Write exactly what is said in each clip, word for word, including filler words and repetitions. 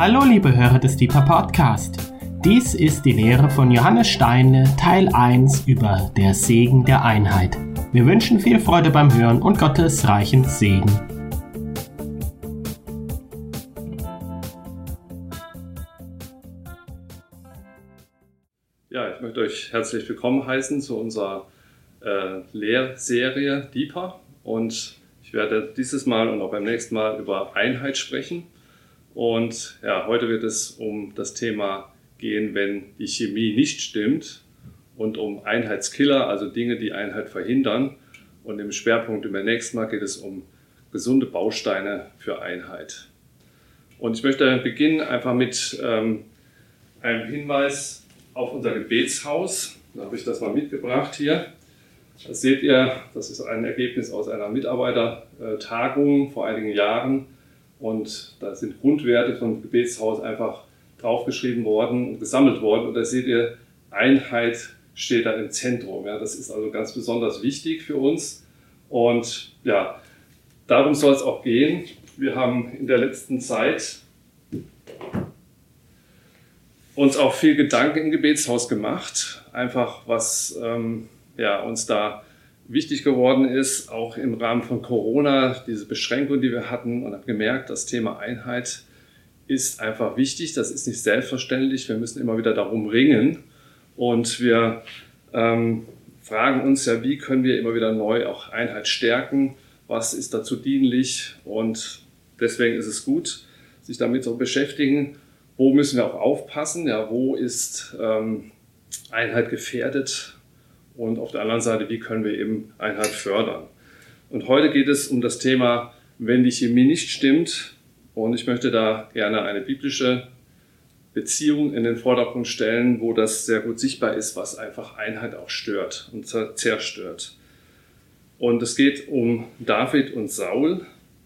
Hallo liebe Hörer des Deeper Podcast. Dies ist die Lehre von Johannes Steine, Teil eins über der Segen der Einheit. Wir wünschen viel Freude beim Hören und Gottes reichen Segen. Ja, ich möchte euch herzlich willkommen heißen zu unserer äh, Lehrserie Deeper. Und ich werde dieses Mal und auch beim nächsten Mal über Einheit sprechen. Und ja, heute wird es um das Thema gehen, wenn die Chemie nicht stimmt, und um Einheitskiller, also Dinge, die Einheit verhindern. Und im Schwerpunkt im nächsten Mal geht es um gesunde Bausteine für Einheit. Und ich möchte beginnen einfach mit ähm, einem Hinweis auf unser Gebetshaus. Da habe ich das mal mitgebracht hier. Das seht ihr, das ist ein Ergebnis aus einer Mitarbeitertagung vor einigen Jahren. Und da sind Grundwerte vom Gebetshaus einfach draufgeschrieben worden und gesammelt worden. Und da seht ihr, Einheit steht da im Zentrum. Ja, das ist also ganz besonders wichtig für uns. Und ja, darum soll es auch gehen. Wir haben in der letzten Zeit uns auch viel Gedanken im Gebetshaus gemacht. Einfach was ähm, ja, uns da wichtig geworden ist, auch im Rahmen von Corona, diese Beschränkung, die wir hatten, und habe gemerkt, das Thema Einheit ist einfach wichtig. Das ist nicht selbstverständlich. Wir müssen immer wieder darum ringen. Und wir ähm, fragen uns ja, wie können wir immer wieder neu auch Einheit stärken? Was ist dazu dienlich? Und deswegen ist es gut, sich damit zu beschäftigen. Wo müssen wir auch aufpassen? Ja, wo ist ähm, Einheit gefährdet? Und auf der anderen Seite, wie können wir eben Einheit fördern? Und heute geht es um das Thema, wenn die Chemie nicht stimmt. Und ich möchte da gerne eine biblische Beziehung in den Vordergrund stellen, wo das sehr gut sichtbar ist, was einfach Einheit auch stört und zerstört. Und es geht um David und Saul.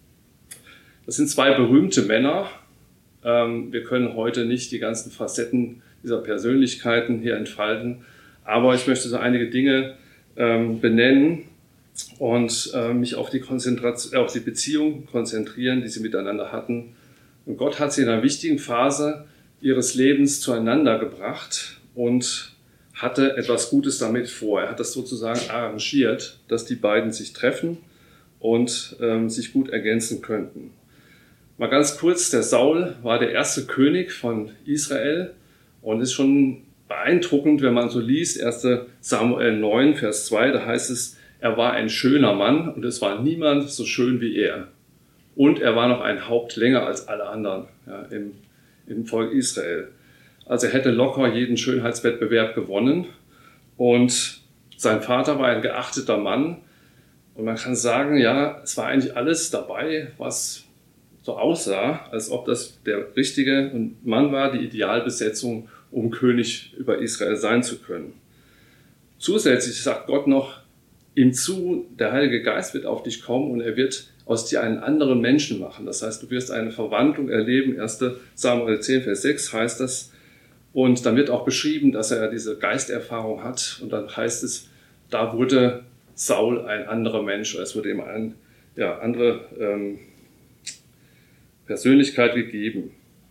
Das sind zwei berühmte Männer. Wir können heute nicht die ganzen Facetten dieser Persönlichkeiten hier entfalten, aber ich möchte so einige Dinge benennen und mich auf die, Konzentration, auf die Beziehung konzentrieren, die sie miteinander hatten. Und Gott hat sie in einer wichtigen Phase ihres Lebens zueinander gebracht und hatte etwas Gutes damit vor. Er hat das sozusagen arrangiert, dass die beiden sich treffen und ähm, sich gut ergänzen könnten. Mal ganz kurz, der Saul war der erste König von Israel und ist schon beeindruckend, wenn man so liest, erster Samuel neun, Vers zwei, da heißt es, er war ein schöner Mann und es war niemand so schön wie er. Und er war noch ein Haupt länger als alle anderen ja, im, im Volk Israel. Also er hätte locker jeden Schönheitswettbewerb gewonnen und sein Vater war ein geachteter Mann. Und man kann sagen, ja, es war eigentlich alles dabei, was so aussah, als ob das der richtige Mann war, die Idealbesetzung, um König über Israel sein zu können. Zusätzlich sagt Gott noch ihm zu, der Heilige Geist wird auf dich kommen und er wird aus dir einen anderen Menschen machen. Das heißt, du wirst eine Verwandlung erleben. erster Samuel zehn, Vers sechs heißt das. Und dann wird auch beschrieben, dass er diese Geisterfahrung hat. Und dann heißt es, da wurde Saul ein anderer Mensch. Es wurde ihm eine ja, andere ähm, Persönlichkeit gegeben.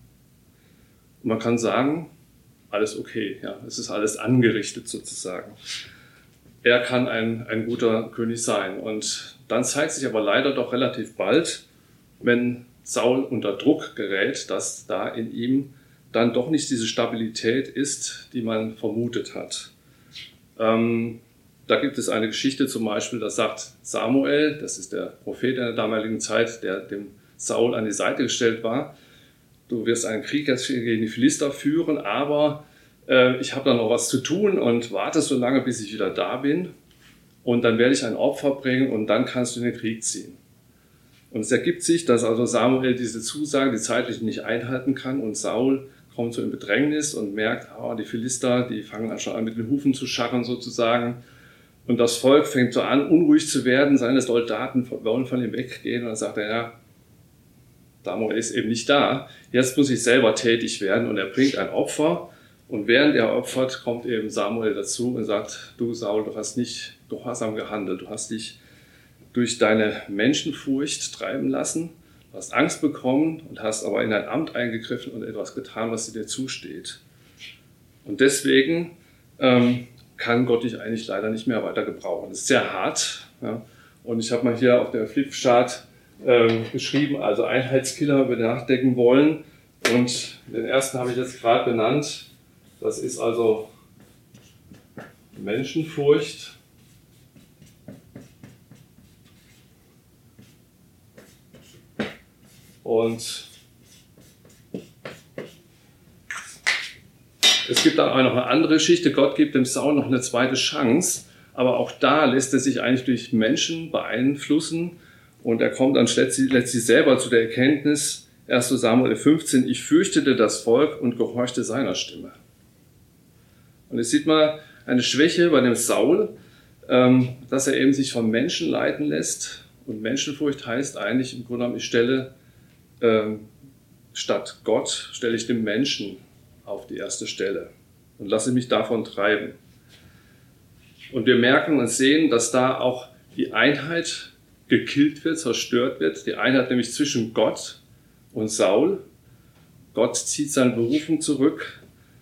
Und man kann sagen, alles okay, ja, es ist alles angerichtet sozusagen. Er kann ein, ein guter König sein. Und dann zeigt sich aber leider doch relativ bald, wenn Saul unter Druck gerät, dass da in ihm dann doch nicht diese Stabilität ist, die man vermutet hat. Ähm, da gibt es eine Geschichte zum Beispiel, da sagt Samuel, das ist der Prophet in der damaligen Zeit, der dem Saul an die Seite gestellt war, du wirst einen Krieg gegen die Philister führen, aber äh, ich habe da noch was zu tun und warte so lange, bis ich wieder da bin und dann werde ich ein Opfer bringen und dann kannst du in den Krieg ziehen. Und es ergibt sich, dass also Samuel diese Zusagen, die zeitlich nicht einhalten kann und Saul kommt so in Bedrängnis und merkt, oh, die Philister, die fangen schon an mit den Hufen zu scharren sozusagen. Und das Volk fängt so an, unruhig zu werden, seine Soldaten wollen von ihm weggehen und dann sagt er, ja, Samuel ist eben nicht da, jetzt muss ich selber tätig werden und er bringt ein Opfer und während er opfert, kommt eben Samuel dazu und sagt, du Saul, du hast nicht gehorsam gehandelt, du hast dich durch deine Menschenfurcht treiben lassen, Du hast Angst bekommen und hast aber in dein Amt eingegriffen und etwas getan, was dir zusteht. Und deswegen ähm, kann Gott dich eigentlich leider nicht mehr weiter gebrauchen. Das ist sehr hart. Ja? Und ich habe mal hier auf der Flipchart ähm, geschrieben, also Einheitskiller, über den nachdenken wollen. Und den ersten habe ich jetzt gerade benannt. Das ist also Menschenfurcht. Und es gibt dann auch noch eine andere Geschichte. Gott gibt dem Saul noch eine zweite Chance. Aber auch da lässt er sich eigentlich durch Menschen beeinflussen. Und er kommt dann letztlich, letztlich selber zu der Erkenntnis, erster Samuel fünfzehn, ich fürchtete das Volk und gehorchte seiner Stimme. Und jetzt sieht man eine Schwäche bei dem Saul, ähm, dass er eben sich von Menschen leiten lässt. Und Menschenfurcht heißt eigentlich im Grunde genommen, ich stelle ähm, statt Gott, stelle ich den Menschen auf die erste Stelle und lasse mich davon treiben. Und wir merken und sehen, dass da auch die Einheit gekillt wird, zerstört wird. Die Einheit nämlich zwischen Gott und Saul. Gott zieht seine Berufung zurück.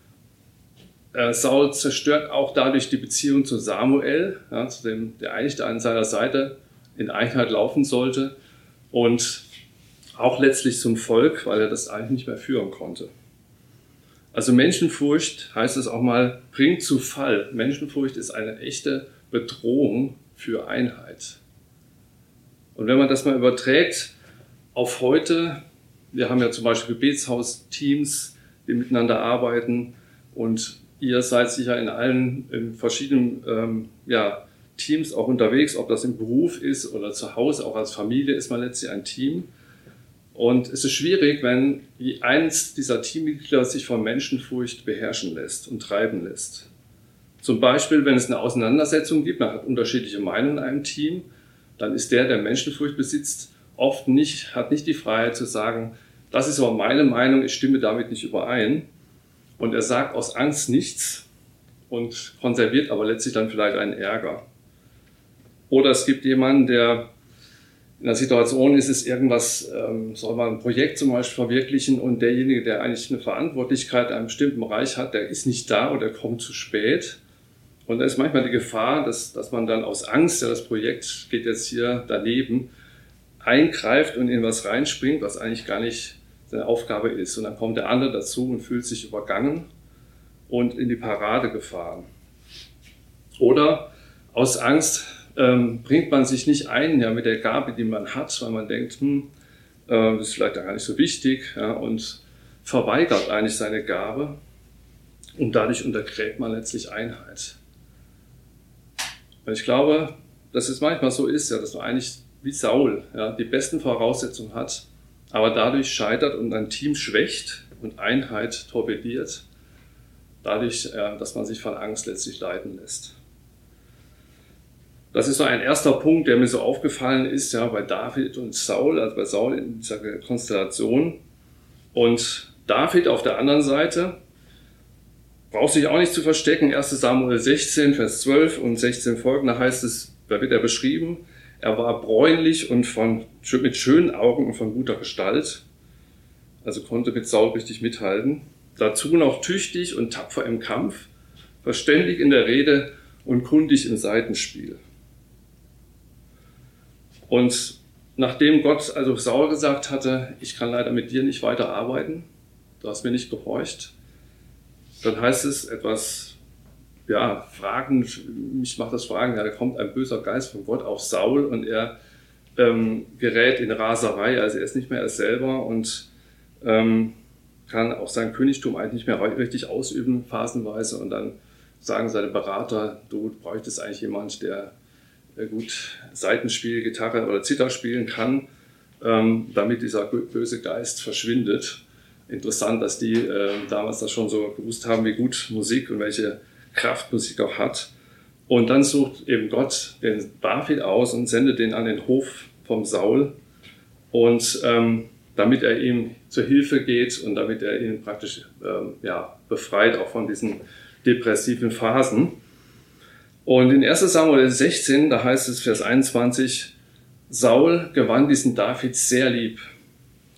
Äh, Saul zerstört auch dadurch die Beziehung zu Samuel, ja, zu dem, der eigentlich da an seiner Seite in Einheit laufen sollte. Und auch letztlich zum Volk, weil er das eigentlich nicht mehr führen konnte. Also Menschenfurcht, heißt es auch mal, bringt zu Fall. Menschenfurcht ist eine echte Bedrohung für Einheit. Und wenn man das mal überträgt auf heute, wir haben ja zum Beispiel Gebetshaus-Teams, die miteinander arbeiten und ihr seid sicher in allen in verschiedenen ähm, ja, Teams auch unterwegs, ob das im Beruf ist oder zu Hause, auch als Familie ist man letztlich ein Team. Und es ist schwierig, wenn eins dieser Teammitglieder sich von Menschenfurcht beherrschen lässt und treiben lässt. Zum Beispiel, wenn es eine Auseinandersetzung gibt, man hat unterschiedliche Meinungen in einem Team, dann ist der, der Menschenfurcht besitzt, oft nicht, hat nicht die Freiheit zu sagen, das ist aber meine Meinung, ich stimme damit nicht überein. Und er sagt aus Angst nichts und konserviert aber letztlich dann vielleicht einen Ärger. Oder es gibt jemanden, der in der Situation ist es irgendwas, ähm, soll man ein Projekt zum Beispiel verwirklichen und derjenige, der eigentlich eine Verantwortlichkeit in einem bestimmten Bereich hat, der ist nicht da oder kommt zu spät. Und da ist manchmal die Gefahr, dass, dass man dann aus Angst, ja, das Projekt geht jetzt hier daneben, eingreift und in was reinspringt, was eigentlich gar nicht seine Aufgabe ist. Und dann kommt der andere dazu und fühlt sich übergangen und in die Parade gefahren. Oder aus Angst ähm, bringt man sich nicht ein, ja, mit der Gabe, die man hat, weil man denkt, hm, äh, das ist vielleicht gar nicht so wichtig, ja, und verweigert eigentlich seine Gabe und dadurch untergräbt man letztlich Einheit. Und ich glaube, dass es manchmal so ist, ja, dass man eigentlich wie Saul, ja, die besten Voraussetzungen hat, aber dadurch scheitert und ein Team schwächt und Einheit torpediert, dadurch, ja, dass man sich von Angst letztlich leiten lässt. Das ist so ein erster Punkt, der mir so aufgefallen ist, ja, bei David und Saul, also bei Saul in dieser Konstellation. Und David auf der anderen Seite braucht sich auch nicht zu verstecken. erster Samuel sechzehn, Vers zwölf und sechzehn folgende heißt es, da wird er beschrieben, er war bräunlich und von, mit schönen Augen und von guter Gestalt, also konnte mit Saul richtig mithalten. Dazu noch tüchtig und tapfer im Kampf, verständig in der Rede und kundig im Seitenspiel. Und nachdem Gott also Saul gesagt hatte, ich kann leider mit dir nicht weiter arbeiten, du hast mir nicht gehorcht, dann heißt es etwas, ja, fragend, mich macht das Fragen, ja, da kommt ein böser Geist von Gott auf Saul und er ähm, gerät in Raserei, also er ist nicht mehr er selber und ähm, kann auch sein Königtum eigentlich nicht mehr richtig ausüben, phasenweise, und dann sagen seine Berater, du bräuchtest eigentlich jemand, der gut Saitenspiel, Gitarre oder Zither spielen kann, ähm, damit dieser böse Geist verschwindet. Interessant, dass die äh, damals das schon so gewusst haben, wie gut Musik und welche Kraft Musik auch hat. Und dann sucht eben Gott den David aus und sendet den an den Hof vom Saul, und ähm, damit er ihm zur Hilfe geht und damit er ihn praktisch ähm, ja, befreit auch von diesen depressiven Phasen. Und in erster Samuel sechzehn, da heißt es Vers einundzwanzig, Saul gewann diesen David sehr lieb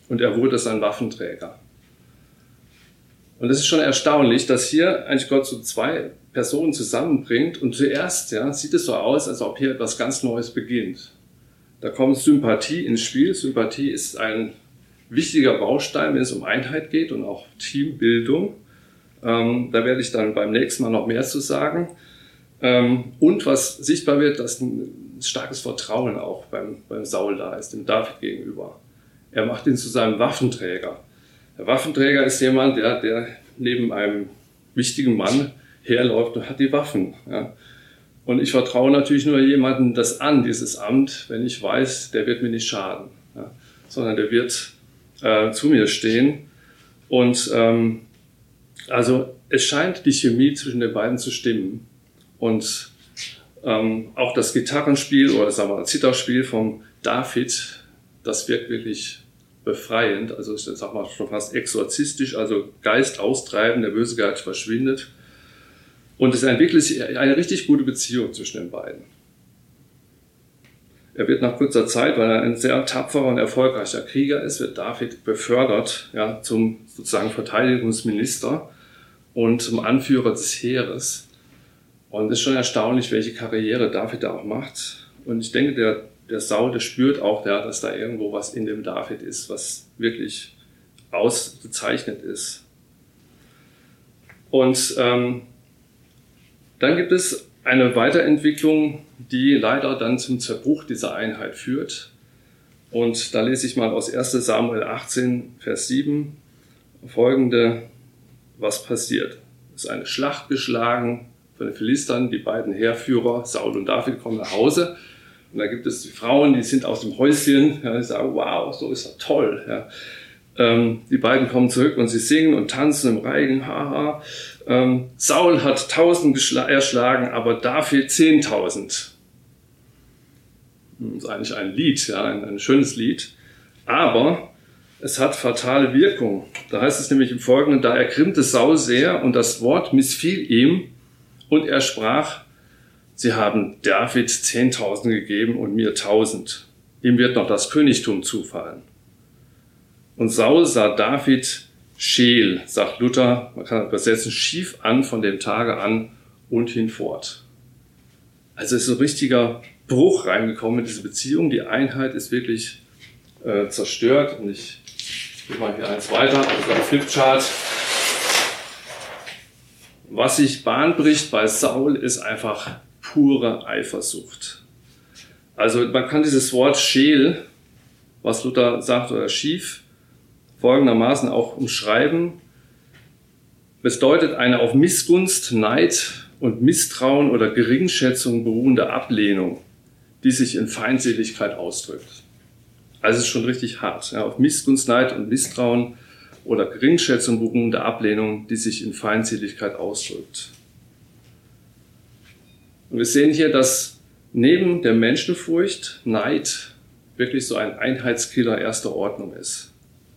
und er wurde sein Waffenträger. Und es ist schon erstaunlich, dass hier eigentlich Gott so zwei Personen zusammenbringt und zuerst ja, sieht es so aus, als ob hier etwas ganz Neues beginnt. Da kommt Sympathie ins Spiel. Sympathie ist ein wichtiger Baustein, wenn es um Einheit geht und auch Teambildung. Ähm, da werde ich dann beim nächsten Mal noch mehr zu sagen. Ähm, und was sichtbar wird, dass ein starkes Vertrauen auch beim, beim Saul da ist, dem David gegenüber. Er macht ihn zu seinem Waffenträger. Der Waffenträger ist jemand, der, der neben einem wichtigen Mann herläuft und hat die Waffen. Ja. Und ich vertraue natürlich nur jemandem das an, dieses Amt, wenn ich weiß, der wird mir nicht schaden, ja, sondern der wird äh, zu mir stehen. Und ähm, also es scheint die Chemie zwischen den beiden zu stimmen. Und ähm, auch das Gitarrenspiel oder sagen wir, Zitherspiel vom David, das wirkt wirklich befreiend, also ich sag mal schon fast exorzistisch, also Geist austreiben, der böse Geist verschwindet. Und es entwickelt sich eine richtig gute Beziehung zwischen den beiden. Er wird nach kurzer Zeit, weil er ein sehr tapferer und erfolgreicher Krieger ist, wird David befördert ja, zum sozusagen Verteidigungsminister und zum Anführer des Heeres. Und es ist schon erstaunlich, welche Karriere David da auch macht. Und ich denke, der Der Saul, der spürt auch, ja, dass da irgendwo was in dem David ist, was wirklich ausgezeichnet ist. Und ähm, dann gibt es eine Weiterentwicklung, die leider dann zum Zerbruch dieser Einheit führt. Und da lese ich mal aus erster Samuel achtzehn, Vers sieben, folgende, was passiert. Es ist eine Schlacht geschlagen von den Philistern, die beiden Heerführer, Saul und David, kommen nach Hause. Und da gibt es die Frauen, die sind aus dem Häuschen, ja, die sagen, wow, so ist das toll. Ja. Ähm, die beiden kommen zurück und sie singen und tanzen im Reigen, haha. Ähm, Saul hat tausend erschlagen, aber David zehntausend. Das ist eigentlich ein Lied, ja, ein, ein schönes Lied. Aber es hat fatale Wirkung. Da heißt es nämlich im Folgenden, da ergrimmte Saul sehr und das Wort missfiel ihm und er sprach, Sie haben David zehntausend gegeben und mir tausend. Ihm wird noch das Königtum zufallen. Und Saul sah David scheel, sagt Luther, man kann übersetzen, schief an von dem Tage an und hinfort. Also ist so ein richtiger Bruch reingekommen in diese Beziehung. Die Einheit ist wirklich äh, zerstört. Und ich gehe mal hier eins weiter, also ein Flipchart. Was sich Bahn bricht bei Saul ist einfach pure Eifersucht. Also man kann dieses Wort scheel, was Luther sagt, oder schief, folgendermaßen auch umschreiben. Es bedeutet eine auf Missgunst, Neid und Misstrauen oder Geringschätzung beruhende Ablehnung, die sich in Feindseligkeit ausdrückt. Also es ist schon richtig hart. Ja, auf Missgunst, Neid und Misstrauen oder Geringschätzung beruhende Ablehnung, die sich in Feindseligkeit ausdrückt. Und wir sehen hier, dass neben der Menschenfurcht Neid wirklich so ein Einheitskiller erster Ordnung ist.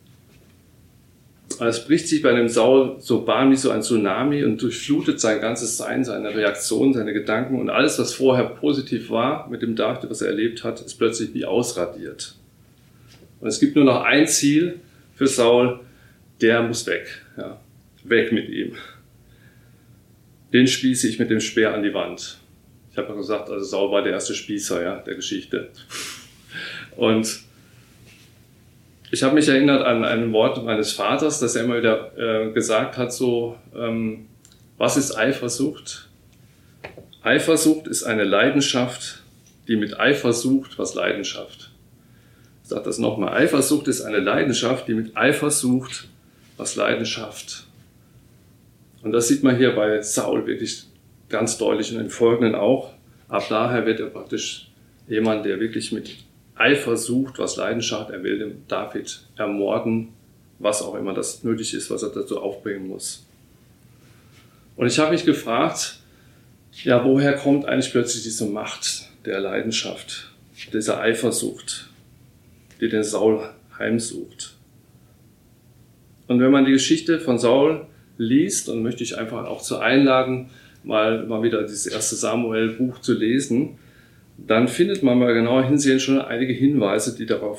Es bricht sich bei dem Saul so Bahn wie so ein Tsunami und durchflutet sein ganzes Sein, seine Reaktionen, seine Gedanken und alles, was vorher positiv war mit dem David, was er erlebt hat, ist plötzlich wie ausradiert. Und es gibt nur noch ein Ziel für Saul, der muss weg. Ja, weg mit ihm. Den spieße ich mit dem Speer an die Wand. Ich habe ja gesagt, also Saul war der erste Spießer, ja, der Geschichte. Und ich habe mich erinnert an ein Wort meines Vaters, das er immer wieder äh, gesagt hat, so, ähm, was ist Eifersucht? Eifersucht ist eine Leidenschaft, die mit Eifer sucht, was Leidenschaft. Ich sage das nochmal, Eifersucht ist eine Leidenschaft, die mit Eifer sucht, was Leidenschaft. Und das sieht man hier bei Saul wirklich ganz deutlich und in den Folgenden auch. Ab daher wird er praktisch jemand, der wirklich mit Eifer sucht, was Leidenschaft, er will den David ermorden, was auch immer das nötig ist, was er dazu aufbringen muss. Und ich habe mich gefragt, ja, woher kommt eigentlich plötzlich diese Macht der Leidenschaft, dieser Eifersucht, die den Saul heimsucht? Und wenn man die Geschichte von Saul liest, dann möchte ich einfach auch zu einladen, mal, mal wieder dieses erste Samuel-Buch zu lesen, dann findet man mal genauer hinsehen schon einige Hinweise, die darauf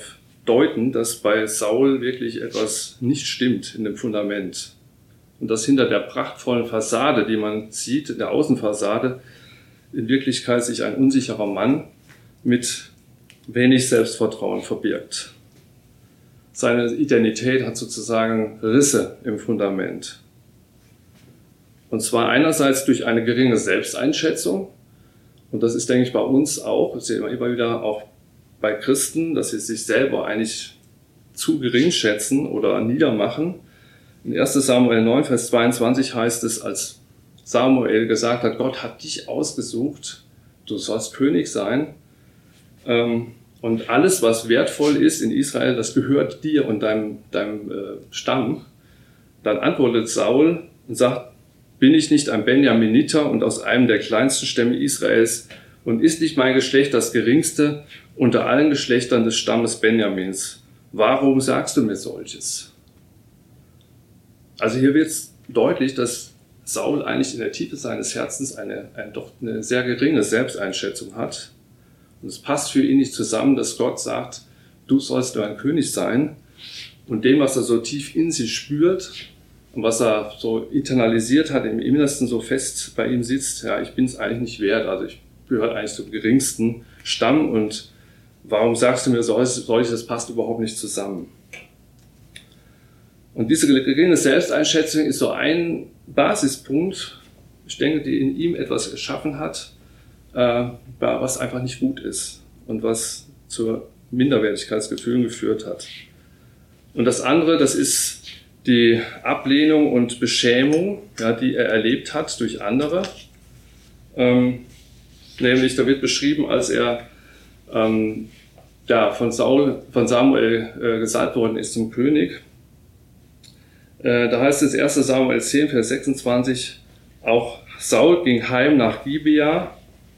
deuten, dass bei Saul wirklich etwas nicht stimmt in dem Fundament. Und dass hinter der prachtvollen Fassade, die man sieht, in der Außenfassade, in Wirklichkeit sich ein unsicherer Mann mit wenig Selbstvertrauen verbirgt. Seine Identität hat sozusagen Risse im Fundament. Und zwar einerseits durch eine geringe Selbsteinschätzung. Und das ist, denke ich, bei uns auch, das sehen wir immer wieder auch bei Christen, dass sie sich selber eigentlich zu gering schätzen oder niedermachen. In erster Samuel neun, Vers zweiundzwanzig heißt es, als Samuel gesagt hat, Gott hat dich ausgesucht, du sollst König sein. Und alles, was wertvoll ist in Israel, das gehört dir und deinem, deinem Stamm. Dann antwortet Saul und sagt, bin ich nicht ein Benjaminiter und aus einem der kleinsten Stämme Israels und ist nicht mein Geschlecht das geringste unter allen Geschlechtern des Stammes Benjamins? Warum sagst du mir solches? Also hier wird es deutlich, dass Saul eigentlich in der Tiefe seines Herzens eine, eine, doch eine sehr geringe Selbsteinschätzung hat. Und es passt für ihn nicht zusammen, dass Gott sagt, du sollst nur ein König sein. Und dem, was er so tief in sich spürt und was er so internalisiert hat, im Innersten so fest bei ihm sitzt, ja, ich bin es eigentlich nicht wert, also ich gehöre eigentlich zum geringsten Stamm und warum sagst du mir solches, das passt überhaupt nicht zusammen. Und diese geringe Selbsteinschätzung ist so ein Basispunkt, ich denke, die in ihm etwas geschaffen hat, äh, was einfach nicht gut ist und was zu Minderwertigkeitsgefühlen geführt hat. Und das andere, das ist die Ablehnung und Beschämung, ja, die er erlebt hat durch andere. Ähm, nämlich, da wird beschrieben, als er ähm, ja, von, Saul, von Samuel äh, gesalbt worden ist zum König. Äh, da heißt es erster Samuel zehn, Vers sechsundzwanzig, auch Saul ging heim nach Gibea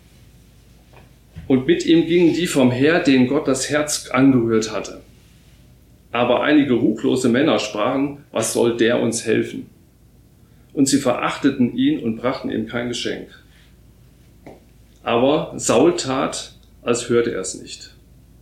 und mit ihm gingen die vom Heer, denen Gott das Herz angerührt hatte. Aber einige ruchlose Männer sprachen, was soll der uns helfen? Und sie verachteten ihn und brachten ihm kein Geschenk. Aber Saul tat, als hörte er es nicht.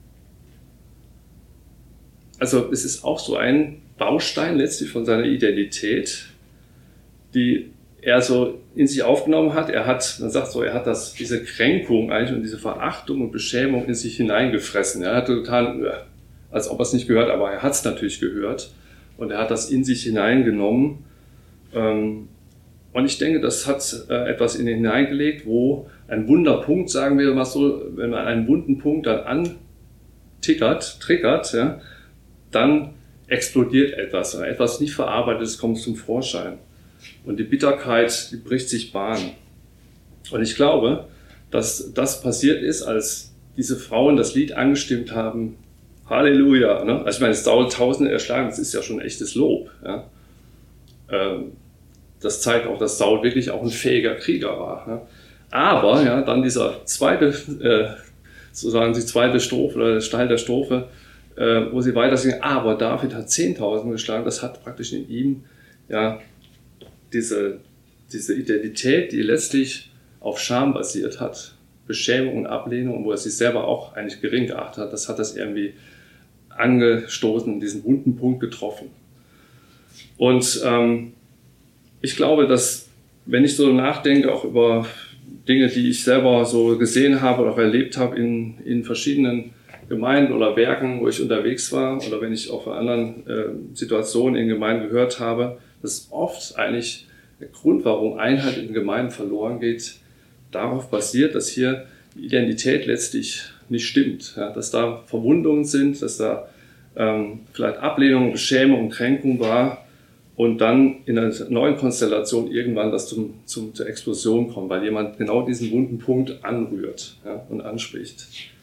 Also es ist auch so ein Baustein letztlich von seiner Identität, die er so in sich aufgenommen hat. Er hat, man sagt so, er hat das, diese Kränkung eigentlich und diese Verachtung und Beschämung in sich hineingefressen. Er hat total, als ob er es nicht gehört, aber er hat es natürlich gehört und er hat das in sich hineingenommen. Und ich denke, das hat etwas in ihn hineingelegt, wo ein Wunderpunkt, sagen wir mal so, wenn man einen wunden Punkt dann antickert, triggert, ja, dann explodiert etwas, etwas nicht Verarbeitetes kommt zum Vorschein. Und die Bitterkeit, die bricht sich Bahn. Und ich glaube, dass das passiert ist, als diese Frauen das Lied angestimmt haben, Halleluja. Ne? Also ich meine, Saul Tausende erschlagen, das ist ja schon echtes Lob. Ja? Ähm, das zeigt auch, dass Saul wirklich auch ein fähiger Krieger war. Ja? Aber ja, dann dieser zweite, äh, sozusagen die zweite Strophe oder der Teil der Strophe, äh, wo sie weiter singen, aber David hat zehntausend geschlagen, das hat praktisch in ihm ja diese, diese Identität, die letztlich auf Scham basiert hat, Beschämung und Ablehnung, wo er sich selber auch eigentlich gering geachtet hat, das hat das irgendwie angestoßen, diesen wunden Punkt getroffen. Und ähm, ich glaube, dass, wenn ich so nachdenke, auch über Dinge, die ich selber so gesehen habe oder auch erlebt habe in, in verschiedenen Gemeinden oder Werken, wo ich unterwegs war, oder wenn ich auch von anderen äh, Situationen in Gemeinden gehört habe, dass oft eigentlich der Grund, warum Einheit in Gemeinden verloren geht, darauf basiert, dass hier die Identität letztlich nicht stimmt. Ja, dass da Verwundungen sind, dass da ähm, vielleicht Ablehnung, Beschämung, Kränkung war und dann in einer neuen Konstellation irgendwann das zum, zum, zur Explosion kommt, weil jemand genau diesen wunden Punkt anrührt, ja, und anspricht.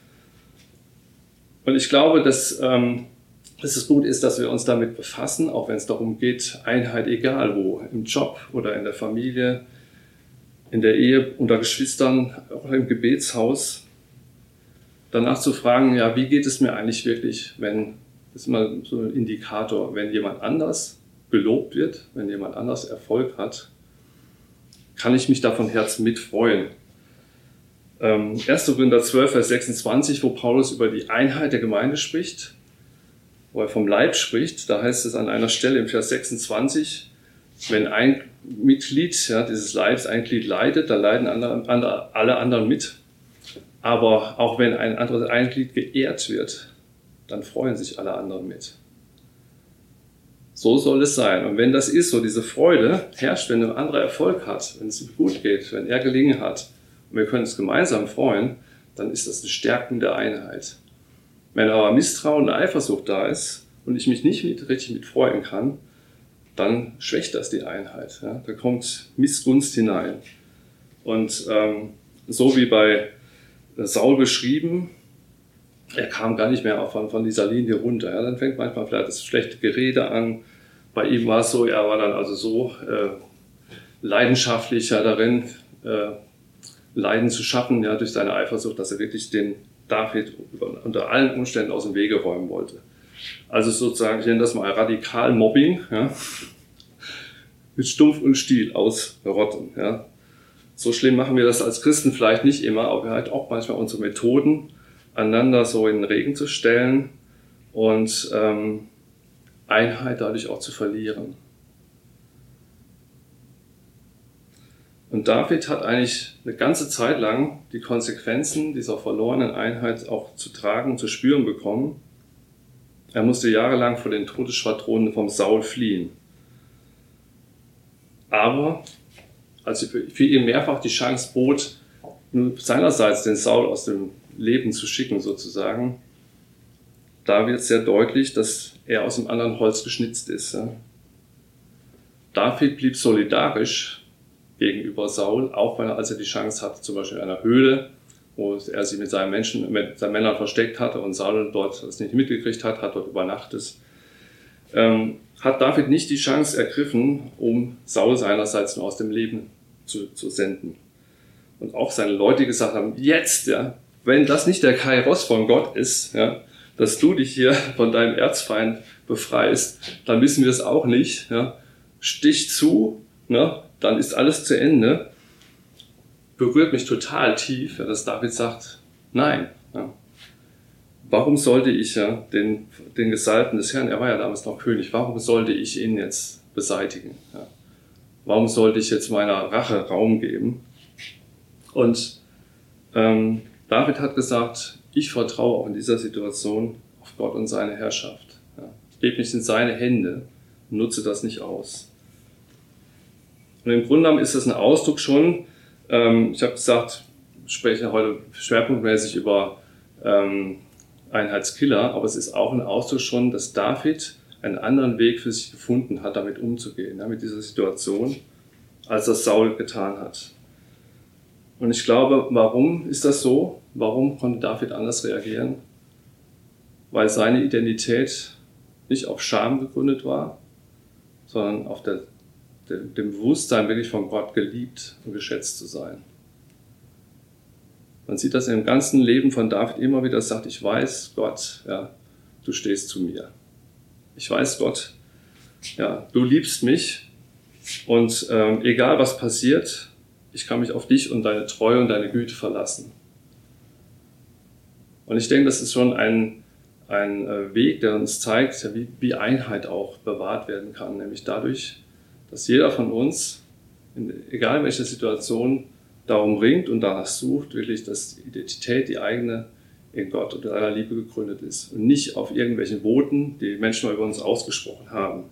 Und ich glaube, dass, ähm, dass es gut ist, dass wir uns damit befassen, auch wenn es darum geht, Einheit egal wo, im Job oder in der Familie, in der Ehe, unter Geschwistern, auch im Gebetshaus, danach zu fragen, ja, wie geht es mir eigentlich wirklich, wenn, das ist immer so ein Indikator, wenn jemand anders gelobt wird, wenn jemand anders Erfolg hat, kann ich mich da von Herzen mitfreuen. Ähm, erster Korinther zwölf, Vers sechsundzwanzig, wo Paulus über die Einheit der Gemeinde spricht. wo er vom Leib spricht, da heißt es an einer Stelle im Vers sechsundzwanzig, wenn ein Mitglied ja, dieses Leibs ein Glied leidet, dann leiden andere, andere, alle anderen mit. Aber auch wenn ein anderes ein Glied geehrt wird, dann freuen sich alle anderen mit. So soll es sein. Und wenn das ist, so diese Freude herrscht, wenn ein anderer Erfolg hat, wenn es ihm gut geht, wenn er gelingen hat und wir können uns gemeinsam freuen, dann ist das eine Stärkung der Einheit. Wenn aber Misstrauen und Eifersucht da ist und ich mich nicht mit, richtig mit freuen kann, dann schwächt das die Einheit. Ja? Da kommt Missgunst hinein. Und ähm, so wie bei Saul beschrieben, er kam gar nicht mehr von, von dieser Linie runter. Ja? Dann fängt manchmal vielleicht das schlechte Gerede an. Bei ihm war es so, er war dann also so äh, leidenschaftlich ja, darin, äh, Leiden zu schaffen ja, durch seine Eifersucht, dass er wirklich den David unter allen Umständen aus dem Wege räumen wollte. Also sozusagen, ich nenne das mal Radikal-Mobbing, ja, mit Stumpf und Stiel ausrotten. Ja. So schlimm machen wir das als Christen vielleicht nicht immer, aber wir halt auch manchmal unsere Methoden, einander so in den Regen zu stellen und ähm, Einheit dadurch auch zu verlieren. Und David hat eigentlich eine ganze Zeit lang die Konsequenzen dieser verlorenen Einheit auch zu tragen, zu spüren bekommen. Er musste jahrelang vor den Todesschwadronen vom Saul fliehen. Aber als für ihn mehrfach die Chance bot, nur seinerseits den Saul aus dem Leben zu schicken sozusagen, da wird sehr deutlich, dass er aus dem anderen Holz geschnitzt ist. Ja. David blieb solidarisch gegenüber Saul, auch wenn er, als er die Chance hatte, zum Beispiel in einer Höhle, wo er sich mit seinen Menschen, mit seinen Männern versteckt hatte und Saul dort das nicht mitgekriegt hat, hat dort übernachtet, ähm, hat David nicht die Chance ergriffen, um Saul seinerseits nur aus dem Leben zu, zu senden. Und auch seine Leute gesagt haben, jetzt, ja, wenn das nicht der Kairos von Gott ist, ja, dass du dich hier von deinem Erzfeind befreist, dann wissen wir es auch nicht. Ja. Stich zu, ne, dann ist alles zu Ende. Berührt mich total tief, ja, dass David sagt, nein. Ja. Warum sollte ich ja, den, den Gesalbten des Herrn, er war ja damals noch König, warum sollte ich ihn jetzt beseitigen? Ja. Warum sollte ich jetzt meiner Rache Raum geben? Und ähm, David hat gesagt, ich vertraue auch in dieser Situation auf Gott und seine Herrschaft. Ja. Ich gebe mich in seine Hände und nutze das nicht aus. Und im Grunde genommen ist das ein Ausdruck schon, ähm, ich habe gesagt, ich spreche heute schwerpunktmäßig über ähm, Einheitskiller, aber es ist auch ein Ausdruck schon, dass David einen anderen Weg für sich gefunden hat, damit umzugehen, ja, mit dieser Situation, als das Saul getan hat. Und ich glaube, warum ist das so? Warum konnte David anders reagieren? Weil seine Identität nicht auf Scham gegründet war, sondern auf der, der, dem Bewusstsein, wirklich von Gott geliebt und geschätzt zu sein. Man sieht das im ganzen Leben von David immer wieder, sagt, ich weiß, Gott, ja, du stehst zu mir. Ich weiß, Gott, ja, du liebst mich und ähm, egal was passiert, ich kann mich auf dich und deine Treue und deine Güte verlassen. Und ich denke, das ist schon ein, ein Weg, der uns zeigt, wie, wie Einheit auch bewahrt werden kann. Nämlich dadurch, dass jeder von uns, in, egal in welcher Situation, darum ringt und danach sucht, wirklich, dass die Identität, die eigene, in Gott und in seiner Liebe gegründet ist. Und nicht auf irgendwelchen Voten, die Menschen mal über uns ausgesprochen haben.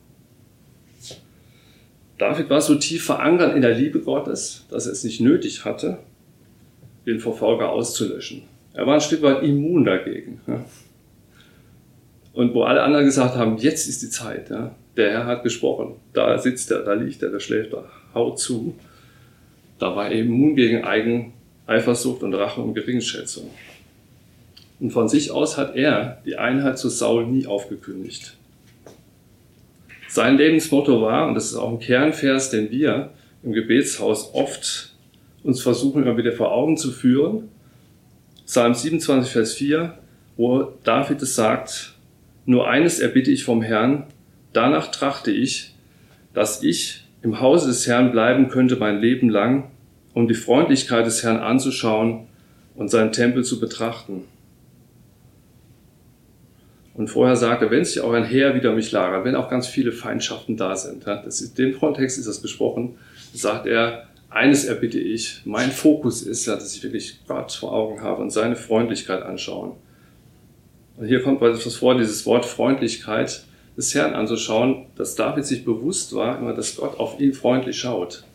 David war so tief verankert in der Liebe Gottes, dass er es nicht nötig hatte, den Verfolger auszulöschen. Er war ein Stück weit immun dagegen. Ja. Und wo alle anderen gesagt haben, jetzt ist die Zeit, ja. Der Herr hat gesprochen, da sitzt er, da liegt er, da schläft er, haut zu. Da war er immun gegen Eigeneifersucht und Rache und Geringschätzung. Und von sich aus hat er die Einheit zu Saul nie aufgekündigt. Sein Lebensmotto war, und das ist auch ein Kernvers, den wir im Gebetshaus oft uns versuchen, immer wieder vor Augen zu führen, Psalm siebenundzwanzig, Vers vier, wo David es sagt, nur eines erbitte ich vom Herrn, danach trachte ich, dass ich im Hause des Herrn bleiben könnte mein Leben lang, um die Freundlichkeit des Herrn anzuschauen und seinen Tempel zu betrachten. Und vorher sagte, wenn sich auch ein Heer wider mich lagert, wenn auch ganz viele Feindschaften da sind, ja, das ist, in dem Kontext ist das gesprochen, sagt er, eines erbitte ich, mein Fokus ist ja, dass ich wirklich Gott vor Augen habe und seine Freundlichkeit anschauen. Und hier kommt etwas vor, dieses Wort Freundlichkeit des Herrn anzuschauen, dass David sich bewusst war, immer, dass Gott auf ihn freundlich schaut.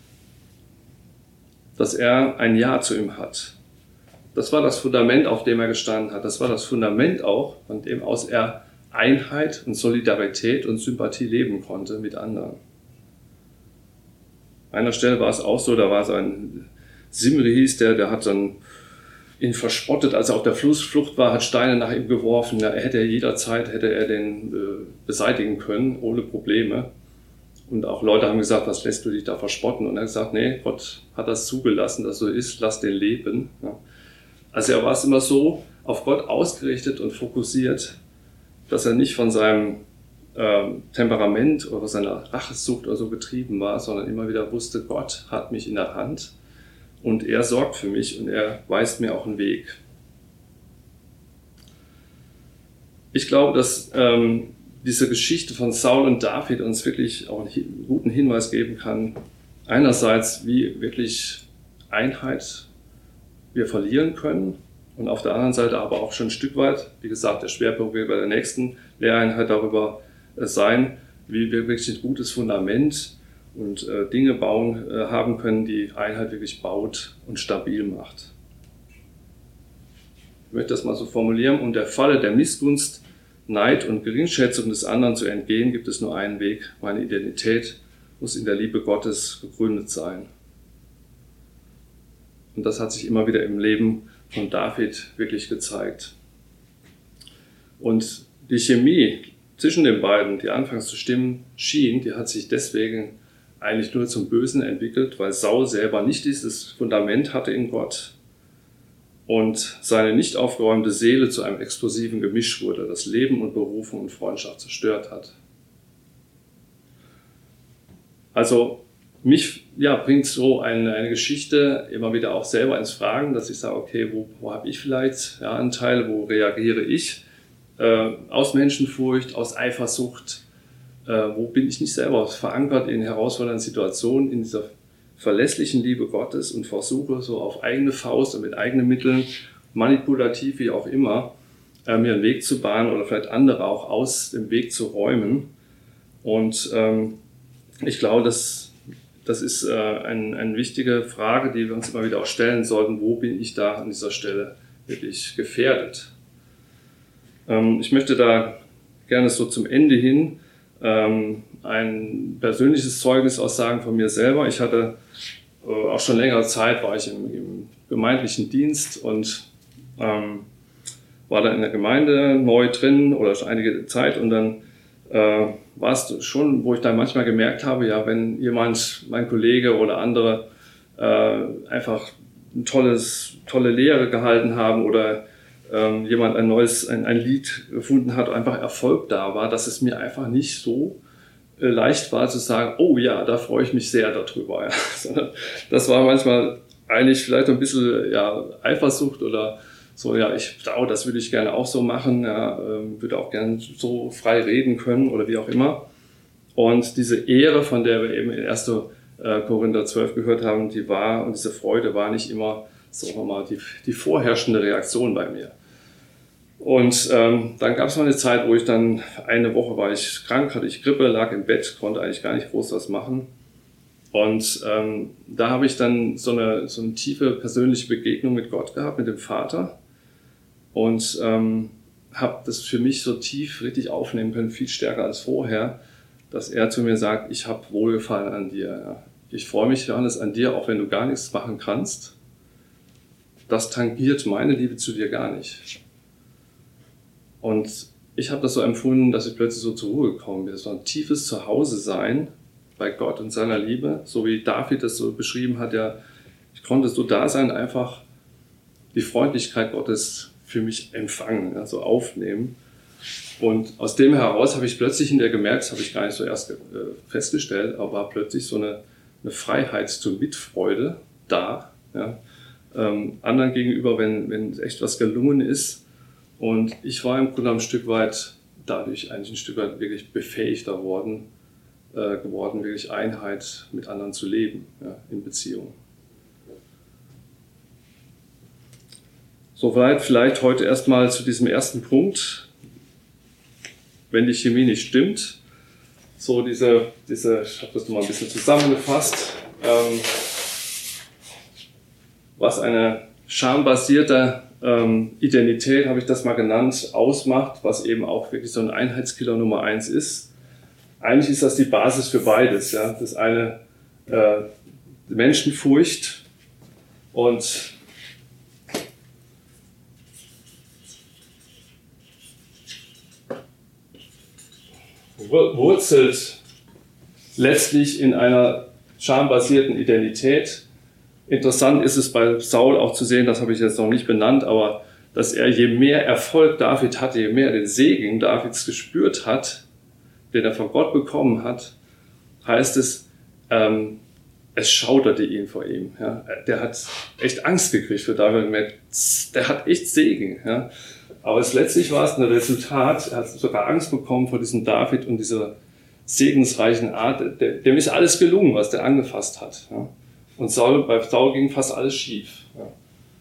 Dass er ein Ja zu ihm hat. Das war das Fundament, auf dem er gestanden hat. Das war das Fundament auch, von dem aus er Einheit und Solidarität und Sympathie leben konnte mit anderen. An einer Stelle war es auch so, da war so ein Simri hieß der, der hat dann ihn verspottet, als er auf der Flucht war, hat Steine nach ihm geworfen. Ja, er hätte jederzeit hätte er den äh, beseitigen können, ohne Probleme. Und auch Leute haben gesagt, was lässt du dich da verspotten? Und er hat gesagt, nee, Gott hat das zugelassen, dass so ist, lass den leben. Ja. Also er war es immer so auf Gott ausgerichtet und fokussiert, dass er nicht von seinem ähm, Temperament oder seiner Rachesucht oder so getrieben war, sondern immer wieder wusste, Gott hat mich in der Hand und er sorgt für mich und er weist mir auch einen Weg. Ich glaube, dass ähm, diese Geschichte von Saul und David uns wirklich auch einen guten Hinweis geben kann, einerseits, wie wirklich Einheit wir verlieren können und auf der anderen Seite aber auch schon ein Stück weit, wie gesagt, der Schwerpunkt wird bei der nächsten Lehreinheit darüber sein, wie wir wirklich ein gutes Fundament und äh, Dinge bauen äh, haben können, die Einheit wirklich baut und stabil macht. Ich möchte das mal so formulieren, um der Falle der Missgunst, Neid und Geringschätzung des anderen zu entgehen, gibt es nur einen Weg. Meine Identität muss in der Liebe Gottes gegründet sein. Und das hat sich immer wieder im Leben von David wirklich gezeigt. Und die Chemie zwischen den beiden, die anfangs zu stimmen schien, die hat sich deswegen eigentlich nur zum Bösen entwickelt, weil Saul selber nicht dieses Fundament hatte in Gott und seine nicht aufgeräumte Seele zu einem explosiven Gemisch wurde, das Leben und Berufung und Freundschaft zerstört hat. Also mich ja, bringt so eine, eine Geschichte immer wieder auch selber ins Fragen, dass ich sage, okay, wo, wo habe ich vielleicht ja, Anteile, wo reagiere ich äh, aus Menschenfurcht, aus Eifersucht, äh, wo bin ich nicht selber verankert in herausfordernden Situationen, in dieser verlässlichen Liebe Gottes und versuche so auf eigene Faust und mit eigenen Mitteln, manipulativ wie auch immer, äh, mir einen Weg zu bahnen oder vielleicht andere auch aus dem Weg zu räumen. Und ähm, ich glaube, dass Das ist äh, ein, eine wichtige Frage, die wir uns immer wieder auch stellen sollten. Wo bin ich da an dieser Stelle wirklich gefährdet? Ähm, ich möchte da gerne so zum Ende hin ähm, ein persönliches Zeugnis auch sagen von mir selber. Ich hatte äh, auch schon längere Zeit, war ich im, im gemeindlichen Dienst und ähm, war da in der Gemeinde neu drin oder schon einige Zeit und dann äh, war es schon, wo ich dann manchmal gemerkt habe, ja, wenn jemand, mein Kollege oder andere, äh, einfach ein tolles, tolle Lehre gehalten haben oder ähm, jemand ein neues, ein, ein Lied gefunden hat, einfach Erfolg da war, dass es mir einfach nicht so äh, leicht war zu sagen, oh ja, da freue ich mich sehr darüber. Ja. Sondern das war manchmal eigentlich vielleicht ein bisschen ja, Eifersucht oder so, ja, ich, oh, das würde ich gerne auch so machen, ja, ähm, würde auch gerne so frei reden können oder wie auch immer. Und diese Ehre, von der wir eben in erster Korinther zwölf gehört haben, die war, und diese Freude war nicht immer, sagen wir mal, die, die vorherrschende Reaktion bei mir. Und ähm, dann gab es mal eine Zeit, wo ich dann, eine Woche war ich krank, hatte ich Grippe, lag im Bett, konnte eigentlich gar nicht groß was machen. Und ähm, da habe ich dann so eine, so eine tiefe persönliche Begegnung mit Gott gehabt, mit dem Vater. Und ähm, habe das für mich so tief richtig aufnehmen können, viel stärker als vorher, dass er zu mir sagt, ich habe Wohlgefallen an dir. Ja. Ich freue mich, Johannes, an dir, auch wenn du gar nichts machen kannst. Das tangiert meine Liebe zu dir gar nicht. Und ich habe das so empfunden, dass ich plötzlich so zur Ruhe gekommen bin. Es war ein tiefes Zuhause-Sein bei Gott und seiner Liebe, so wie David das so beschrieben hat. Ja, ich konnte so da sein, einfach die Freundlichkeit Gottes für mich empfangen, also aufnehmen. Und aus dem heraus habe ich plötzlich in der gemerkt, das habe ich gar nicht so erst äh, festgestellt, aber war plötzlich so eine, eine Freiheit zur Mitfreude da, ja, ähm, anderen gegenüber, wenn, wenn echt was gelungen ist. Und ich war im Grunde genommen ein Stück weit, dadurch eigentlich ein Stück weit wirklich befähigter worden, äh, geworden, wirklich Einheit mit anderen zu leben, ja, in Beziehungen. Soweit vielleicht heute erstmal zu diesem ersten Punkt. Wenn die Chemie nicht stimmt, so diese, diese ich habe das nochmal ein bisschen zusammengefasst, ähm, was eine schambasierte ähm, Identität, habe ich das mal genannt, ausmacht, was eben auch wirklich so ein Einheitskiller Nummer eins ist. Eigentlich ist das die Basis für beides. Ja? Das eine äh, Menschenfurcht und wurzelt letztlich in einer schambasierten Identität. Interessant ist es bei Saul auch zu sehen, das habe ich jetzt noch nicht benannt, aber dass er, je mehr Erfolg David hatte, je mehr den Segen Davids gespürt hat, den er von Gott bekommen hat, heißt es, ähm, es schauderte ihn vor ihm. Ja. Der hat echt Angst gekriegt für David, der hat echt Segen. Ja. Aber es, letztlich war es ein Resultat, er hat sogar Angst bekommen vor diesem David und dieser segensreichen Art. Dem ist alles gelungen, was der angefasst hat. Ja. Und Saul, bei Saul ging fast alles schief. Ja.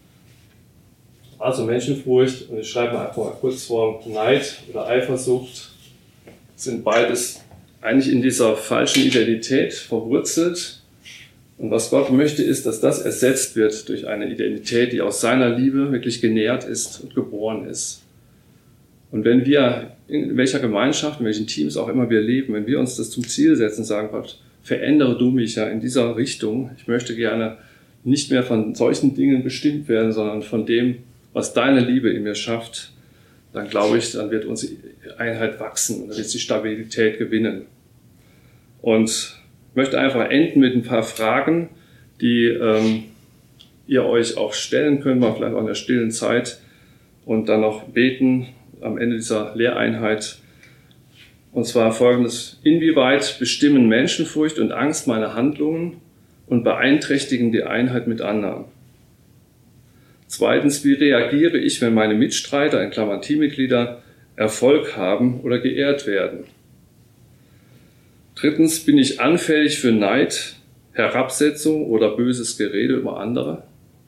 Also Menschenfurcht, und ich schreibe mal einfach mal kurz vor, Neid oder Eifersucht sind beides eigentlich in dieser falschen Identität verwurzelt. Und was Gott möchte, ist, dass das ersetzt wird durch eine Identität, die aus seiner Liebe wirklich genährt ist und geboren ist. Und wenn wir, in welcher Gemeinschaft, in welchen Teams auch immer wir leben, wenn wir uns das zum Ziel setzen, sagen, Gott, verändere du mich ja in dieser Richtung. Ich möchte gerne nicht mehr von solchen Dingen bestimmt werden, sondern von dem, was deine Liebe in mir schafft. Dann glaube ich, dann wird unsere Einheit wachsen und dann wird die Stabilität gewinnen. Und ich möchte einfach enden mit ein paar Fragen, die ähm, ihr euch auch stellen könnt, mal vielleicht auch in der stillen Zeit und dann noch beten am Ende dieser Lehreinheit. Und zwar folgendes: Inwieweit bestimmen Menschenfurcht und Angst meine Handlungen und beeinträchtigen die Einheit mit anderen? Zweitens, wie reagiere ich, wenn meine Mitstreiter, in Klammern Teammitglieder, Erfolg haben oder geehrt werden? Drittens, bin ich anfällig für Neid, Herabsetzung oder böses Gerede über andere?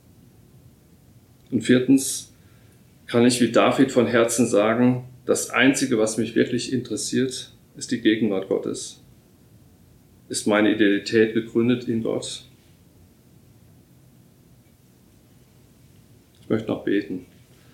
Und viertens, kann ich wie David von Herzen sagen, das Einzige, was mich wirklich interessiert, ist die Gegenwart Gottes. Ist meine Identität gegründet in Gott? Ich möchte noch beten.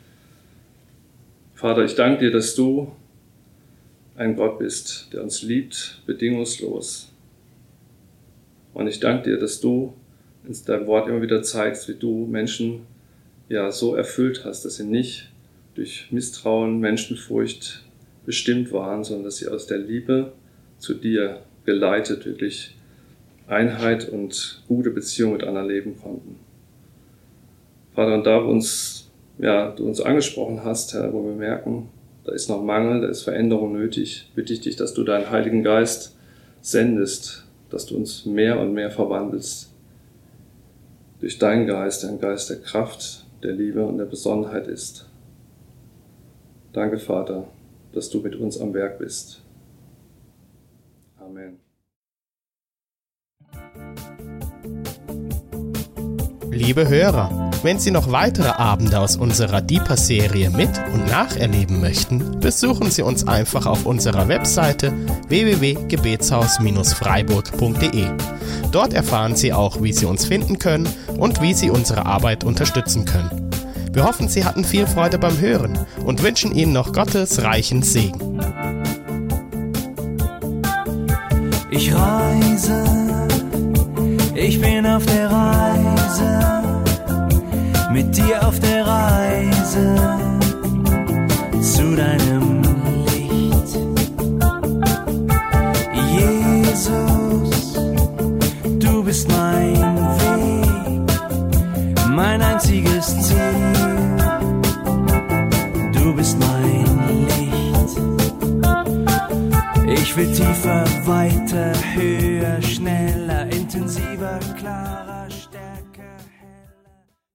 Vater, ich danke dir, dass du ein Gott bist, der uns liebt, bedingungslos. Und ich danke dir, dass du in deinem Wort immer wieder zeigst, wie du Menschen ja so erfüllt hast, dass sie nicht durch Misstrauen, Menschenfurcht bestimmt waren, sondern dass sie aus der Liebe zu dir geleitet wirklich Einheit und gute Beziehung mit anderen leben konnten. Vater, und da wo uns, ja, du uns angesprochen hast, Herr, wo wir merken, da ist noch Mangel, da ist Veränderung nötig, bitte ich dich, dass du deinen Heiligen Geist sendest, dass du uns mehr und mehr verwandelst durch deinen Geist, der ein Geist der Kraft, der Liebe und der Besonnenheit ist. Danke, Vater, dass du mit uns am Werk bist. Amen. Liebe Hörer, wenn Sie noch weitere Abende aus unserer Deeper-Serie mit- und nacherleben möchten, besuchen Sie uns einfach auf unserer Webseite w w w punkt gebetshaus Bindestrich freiburg punkt d e. Dort erfahren Sie auch, wie Sie uns finden können und wie Sie unsere Arbeit unterstützen können. Wir hoffen, Sie hatten viel Freude beim Hören und wünschen Ihnen noch Gottes reichen Segen. Ich reise, ich bin auf der Reise, mit dir auf der Reise zu deinem Licht. Jesus, du bist mein Weg, mein einziges Ziel. Du bist mein Licht. Ich will tiefer, weiter, höher